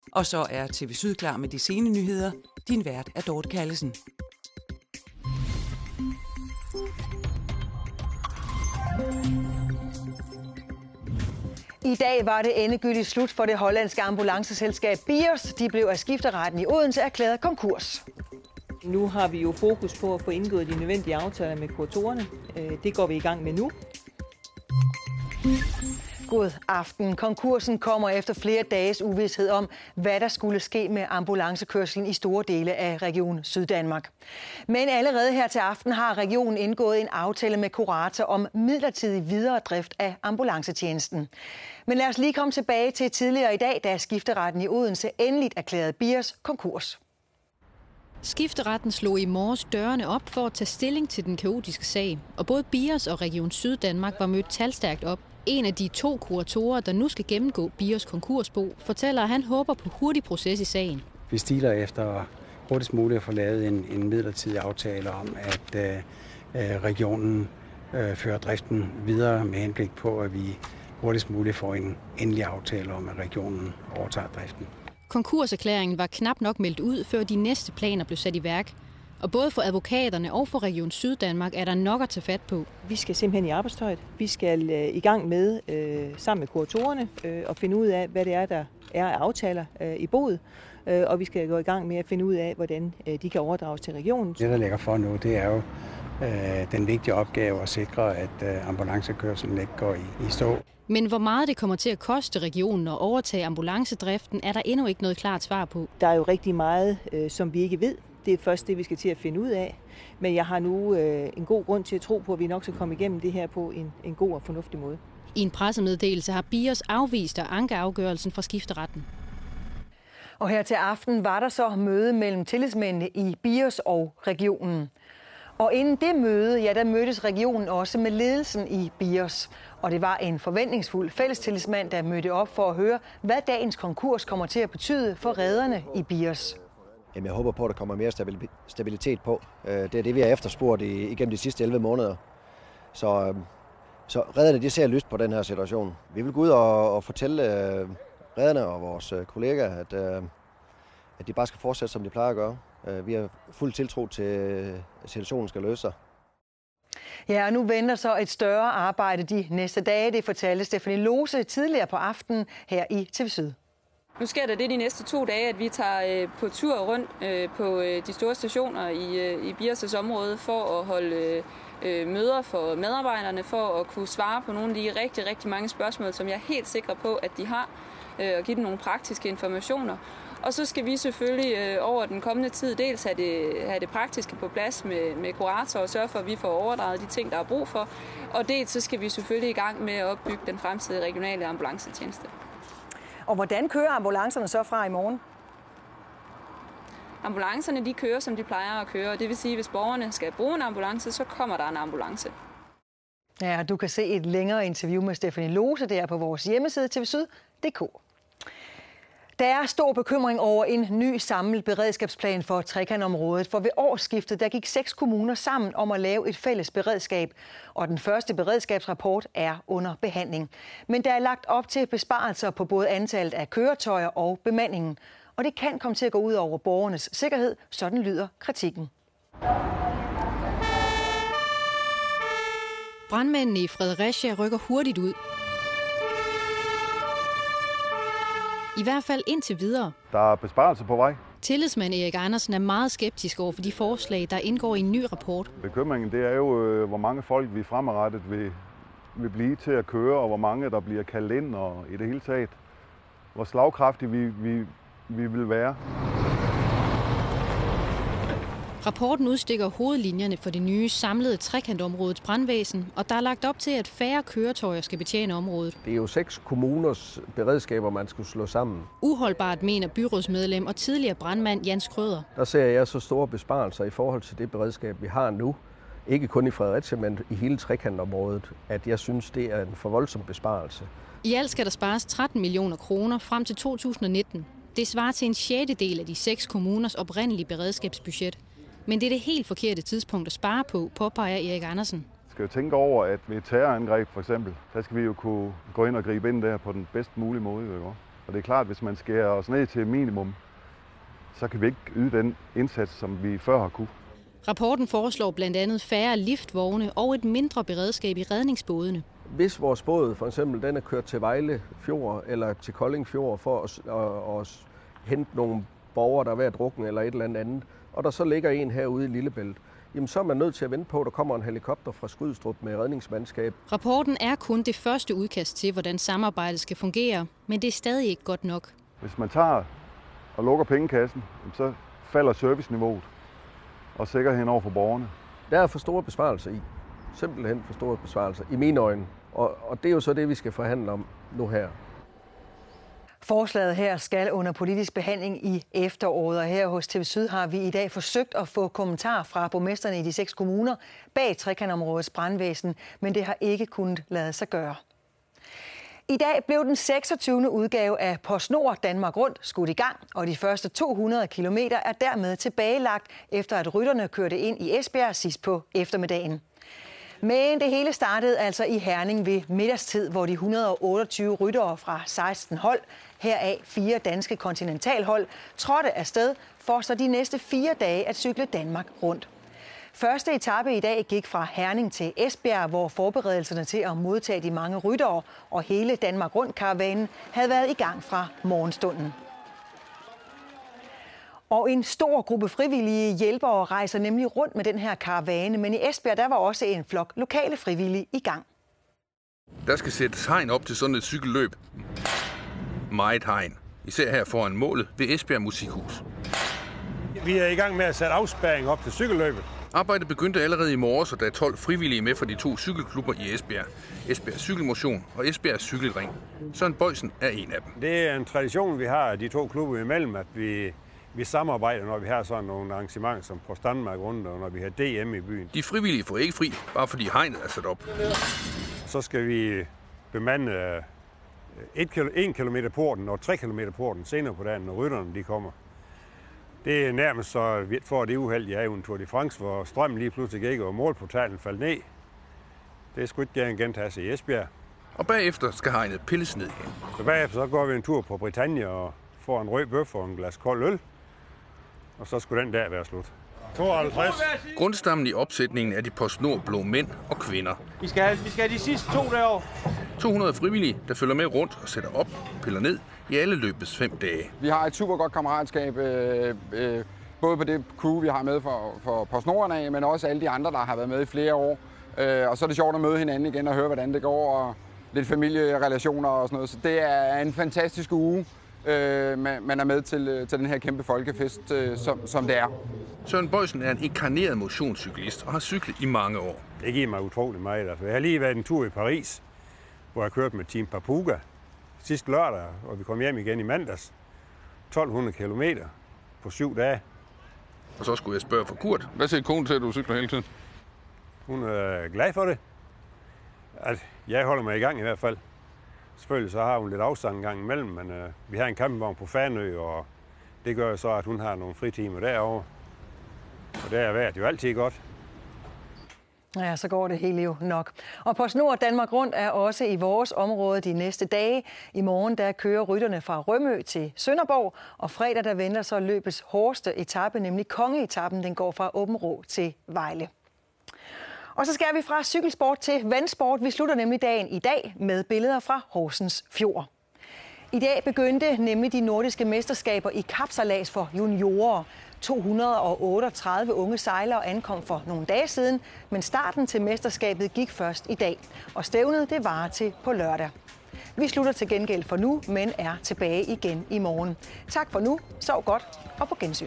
Og så er TV Syd klar med de sene nyheder. Din vært er Dorte Callesen. I dag var det endegyldigt slut for det hollandske ambulanceselskab Bios. De blev af skifteretten i Odense erklæret konkurs. Nu har vi jo fokus på at få indgået de nødvendige aftaler med kuratorerne. Det går vi i gang med nu. God aften. Konkursen kommer efter flere dages uvished om, hvad der skulle ske med ambulancekørslen i store dele af Region Syddanmark. Men allerede her til aften har regionen indgået en aftale med kurator om midlertidig videre drift af ambulancetjenesten. Men lad os lige komme tilbage til tidligere i dag, da skifteretten i Odense endeligt erklærede Bios konkurs. Skifteretten slog i morges dørene op for at tage stilling til den kaotiske sag, og både Bios og Region Syddanmark var mødt talstærkt op. En af de 2 kuratorer, der nu skal gennemgå Bios konkursbo, fortæller, at han håber på hurtig proces i sagen. Vi stiler efter hurtigst muligt at få lavet en midlertidig aftale om, at regionen fører driften videre med henblik på, at vi hurtigst muligt får en endelig aftale om, at regionen overtager driften. Konkurserklæringen var knap nok meldt ud, før de næste planer blev sat i værk. Og både for advokaterne og for Region Syddanmark er der nok at tage fat på. Vi skal simpelthen i arbejdstøjet. Vi skal i gang med, sammen med kuratorerne, at finde ud af, hvad det er, der er af aftaler i boet. Og vi skal gå i gang med at finde ud af, hvordan de kan overdrages til regionen. Det, der ligger for nu, det er jo den vigtige opgave at sikre, at ambulancekørslen ikke går i stå. Men hvor meget det kommer til at koste regionen at overtage ambulancedriften, er der endnu ikke noget klart svar på. Der er jo rigtig meget, som vi ikke ved. Det er først det, vi skal til at finde ud af. Men jeg har nu en god grund til at tro på, at vi nok skal komme igennem det her på en god og fornuftig måde. I en pressemeddelelse har Bios afvist at anke afgørelsen fra skifteretten. Og her til aften var der så møde mellem tillidsmændene i Bios og regionen. Og inden det møde, der mødtes regionen også med ledelsen i Bios. Og det var en forventningsfuld fællestillidsmand, der mødte op for at høre, hvad dagens konkurs kommer til at betyde for rederne i Bios. Jamen, jeg håber på, at der kommer mere stabilitet på. Det er det, vi har efterspurgt igennem de sidste 11 måneder. Så redderne, de ser lyst på den her situation. Vi vil gå ud og fortælle redderne og vores kollegaer, at de bare skal fortsætte, som de plejer at gøre. Vi har fuld tiltro til, at situationen skal løse sig. Ja, og nu venter så et større arbejde de næste dage. Det fortalte Stephanie Lose tidligere på aftenen her i TV Syd. Nu sker der det de næste 2 dage, at vi tager på tur rundt på de store stationer i Bios' område for at holde møder for medarbejderne, for at kunne svare på nogle af de rigtig, rigtig mange spørgsmål, som jeg er helt sikker på, at de har, og give dem nogle praktiske informationer. Og så skal vi selvfølgelig over den kommende tid dels have det praktiske på plads med kurator og sørge for, at vi får overdraget de ting, der er brug for. Og dels så skal vi selvfølgelig i gang med at opbygge den fremtidige regionale ambulancetjeneste. Og hvordan kører ambulancerne så fra i morgen? Ambulancerne de kører, som de plejer at køre. Det vil sige, at hvis borgerne skal bruge en ambulance, så kommer der en ambulance. Ja, du kan se et længere interview med Stephanie Lose der på vores hjemmeside tvsyd.dk. Der er stor bekymring over en ny samlet beredskabsplan for trekantområdet, for ved årsskiftet der gik 6 kommuner sammen om at lave et fælles beredskab, og den første beredskabsrapport er under behandling. Men der er lagt op til besparelser på både antallet af køretøjer og bemandingen, og det kan komme til at gå ud over borgernes sikkerhed, sådan lyder kritikken. Brandmændene i Fredericia rykker hurtigt ud. I hvert fald indtil videre. Der er besparelser på vej. Tillidsmand Erik Andersen er meget skeptisk over for de forslag, der indgår i en ny rapport. Bekymringen det er jo, hvor mange folk vi fremadrettet vil blive til at køre, og hvor mange der bliver kaldt ind, og i det hele taget, hvor slagkraftige vi vil være. Rapporten udstikker hovedlinjerne for det nye samlede trekantområdets brandvæsen, og der er lagt op til, at færre køretøjer skal betjene området. Det er jo 6 kommuners beredskaber, man skulle slå sammen. Uholdbart, mener byrådsmedlem og tidligere brandmand Jens Krøder. Der ser jeg så store besparelser i forhold til det beredskab, vi har nu. Ikke kun i Fredericia, men i hele trekantområdet, at jeg synes, det er en for voldsom besparelse. I alt skal der spares 13 millioner kroner frem til 2019. Det svarer til en 6/6 af de 6 kommuners oprindelige beredskabsbudget. Men det er det helt forkerte tidspunkt at spare på, påpeger Erik Andersen. Vi skal jo tænke over, at ved et terrorangreb for eksempel, der skal vi jo kunne gå ind og gribe ind der på den bedst mulige måde. Og det er klart, at hvis man skærer os ned til minimum, så kan vi ikke yde den indsats, som vi før har kunne. Rapporten foreslår blandt andet færre liftvogne og et mindre beredskab i redningsbådene. Hvis vores båd for eksempel den er kørt til Vejle Fjord eller til Kolding Fjord for at hente nogle borgere, der er ved at drukne eller et eller andet, og der så ligger en herude i Lillebælt, jamen så er man nødt til at vente på, at der kommer en helikopter fra Skrydstrup med redningsmandskab. Rapporten er kun det første udkast til, hvordan samarbejdet skal fungere, men det er stadig ikke godt nok. Hvis man tager og lukker pengekassen, så falder serviceniveauet og sikkerheden over for borgerne. Der er for store besparelser i. Simpelthen for store besparelser i mine øjne. Og det er jo så det, vi skal forhandle om nu her. Forslaget her skal under politisk behandling i efteråret, og her hos TV Syd har vi i dag forsøgt at få kommentarer fra borgmesterne i de 6 kommuner bag trekantområdets brandvæsen, men det har ikke kunnet lade sig gøre. I dag blev den 26. udgave af PostNord Danmark Rundt skudt i gang, og de første 200 kilometer er dermed tilbagelagt, efter at rytterne kørte ind i Esbjerg sidst på eftermiddagen. Men det hele startede altså i Herning ved middagstid, hvor de 128 ryttere fra 16 hold, heraf 4 danske kontinentalhold, trådte afsted for så de næste 4 dage at cykle Danmark rundt. Første etape i dag gik fra Herning til Esbjerg, hvor forberedelserne til at modtage de mange ryttere og hele Danmark Rundt-karavanen havde været i gang fra morgenstunden. Og en stor gruppe frivillige hjælpere rejser nemlig rundt med den her karavane, men i Esbjerg der var også en flok lokale frivillige i gang. Der skal sættes hegn op til sådan et cykelløb. Meget hegn. Især her foran målet ved Esbjerg Musikhus. Vi er i gang med at sætte afspærring op til cykelløbet. Arbejdet begyndte allerede i morges, og der er 12 frivillige med fra de 2 cykelklubber i Esbjerg. Esbjerg Cykelmotion og Esbjerg Cykelring. Søren Bøjsen er en af dem. Det er en tradition, vi har de 2 klubber imellem, at vi samarbejder, når vi har sådan nogle arrangementer som på Danmark Rundt, og når vi har DM i byen. De frivillige får ikke fri, bare fordi hegnet er sat op. Så skal vi bemande 1 kilometer porten og 3 kilometer porten senere på dagen, når rytterne de kommer. Det er nærmest så for det uheld, jeg er jo en Tour de France, hvor strømmen lige pludselig gik, og målportalen faldt ned. Det er sgu ikke gerne gentages i Esbjerg. Og bagefter skal hegnet pilles ned igen. Så bagefter så går vi en tur på Britannia og får en rød bøf og en glas kold øl. Og så skulle den dag være slut. 52. Grundstammen i opsætningen er de PostNord blå mænd og kvinder. Vi skal have de sidste 2 derovre. 200 frivillige, der følger med rundt og sætter op, piller ned i alle løbets 5 dage. Vi har et super godt kammeratskab, både på det crew, vi har med for PostNord af, men også alle de andre, der har været med i flere år. Og så er det sjovt at møde hinanden igen og høre, hvordan det går, og lidt familierelationer og sådan noget. Så det er en fantastisk uge, man er med til den her kæmpe folkefest, som det er. Søren Bøjsen er en inkarneret motionscyklist og har cyklet i mange år. Det giver mig utrolig meget. Altså, jeg har lige været en tur i Paris, hvor jeg kørte med Team Papuga sidste lørdag, og vi kom hjem igen i mandags. 1200 kilometer på 7 dage. Og så skulle jeg spørge for Kurt. Hvad siger konen til, at du cykler hele tiden? Hun er glad for det. At jeg holder mig i gang i hvert fald. Selvfølgelig så har hun lidt afstand en gang imellem, men vi har en campingvogn på Fanø, og det gør så, at hun har nogle fritimer derovre. Og det er været jo altid godt. Ja, så går det hele jo nok. Og PostNord Danmark Rundt er også i vores område de næste dage. I morgen der kører rytterne fra Rømø til Sønderborg, og fredag der venter så løbets hårdeste etape, nemlig kongeetappen. Den går fra Aabenraa til Vejle. Og så skal vi fra cykelsport til vandsport. Vi slutter nemlig dagen i dag med billeder fra Horsens Fjord. I dag begyndte nemlig de nordiske mesterskaber i kapsejlads for juniorer. 238 unge sejlere ankom for nogle dage siden, men starten til mesterskabet gik først i dag. Og stævnet det varer til på lørdag. Vi slutter til gengæld for nu, men er tilbage igen i morgen. Tak for nu, sov godt og på gensyn.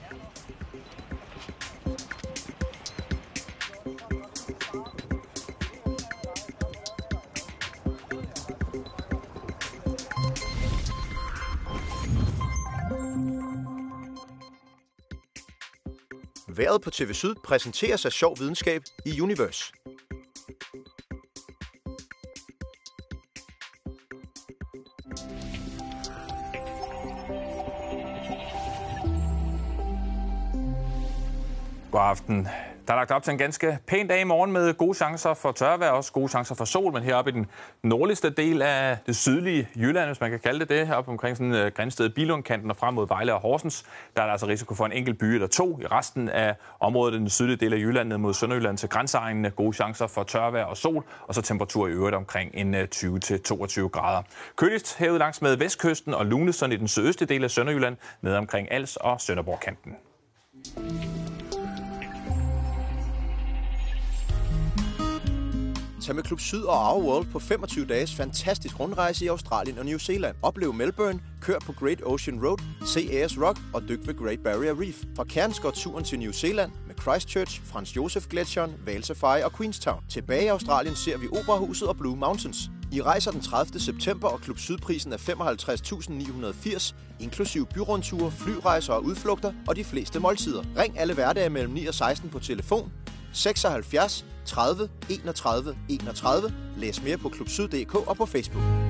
Vejret på TV Syd præsenteres af Sjov Videnskab i Univers. God aften. Der er lagt op til en ganske pæn dag i morgen med gode chancer for tørvejr og også gode chancer for sol, men heroppe i den nordligste del af det sydlige Jylland, hvis man kan kalde det, heroppe omkring sådan Grindsted, Billundkanten og frem mod Vejle og Horsens, der er der altså risiko for en enkelt by eller to. I resten af området, den sydlige del af Jylland, ned mod Sønderjylland til grænseegnene, gode chancer for tørvejr og sol, og så temperatur i øvrigt omkring en 20-22 grader. Køligst herude langs med vestkysten og lunesund i den sydøstlige del af Sønderjylland, ned omkring Als og Sønderborgkanten. Tag med Klub Syd og Our World på 25 dages fantastisk rundrejse i Australien og New Zealand. Oplev Melbourne, kør på Great Ocean Road, se Ayers Rock og dyk ved Great Barrier Reef. Fra Cairnscott-turen til New Zealand med Christchurch, Franz Josef Gletsjeren, Whale Safari og Queenstown. Tilbage i Australien ser vi Operahuset og Blue Mountains. I rejser den 30. september, og Klub Sydprisen er 55.980, inklusiv byrundture, flyrejser og udflugter og de fleste måltider. Ring alle hverdage mellem 9 og 16 på telefon 76 30 31 31. Læs mere på klubsyd.dk og på Facebook.